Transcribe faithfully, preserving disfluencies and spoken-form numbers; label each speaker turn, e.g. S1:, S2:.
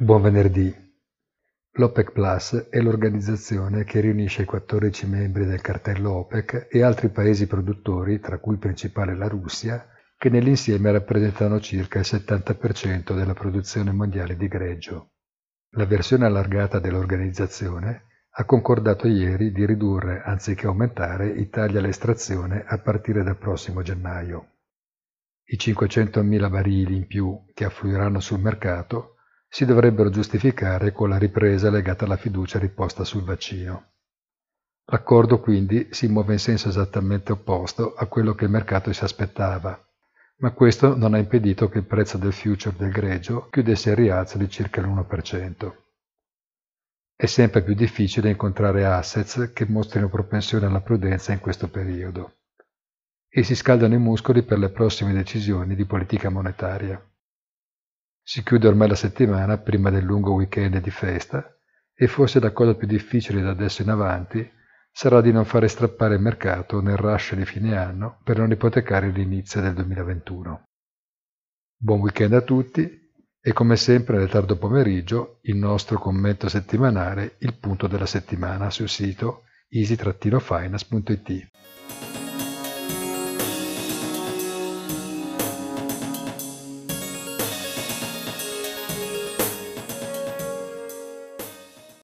S1: Buon venerdì. L'OPEC Plus è l'organizzazione che riunisce i quattordici membri del cartello OPEC e altri paesi produttori, tra cui il principale la Russia, che nell'insieme rappresentano circa il settanta per cento della produzione mondiale di greggio. La versione allargata dell'organizzazione ha concordato ieri di ridurre, anziché aumentare, i tagli all'estrazione a partire dal prossimo gennaio. I cinquecentomila barili in più che affluiranno sul mercato si dovrebbero giustificare con la ripresa legata alla fiducia riposta sul vaccino. L'accordo quindi si muove in senso esattamente opposto a quello che il mercato si aspettava, ma questo non ha impedito che il prezzo del future del greggio chiudesse il rialzo di circa l'uno per cento. È sempre più difficile incontrare assets che mostrino propensione alla prudenza in questo periodo e si scaldano i muscoli per le prossime decisioni di politica monetaria. Si chiude ormai la settimana prima del lungo weekend di festa e forse la cosa più difficile da adesso in avanti sarà di non fare strappare il mercato nel rush di fine anno per non ipotecare l'inizio del duemilaventuno. Buon weekend a tutti e come sempre nel tardo pomeriggio il nostro commento settimanale Il punto della settimana sul sito easy finance punto it.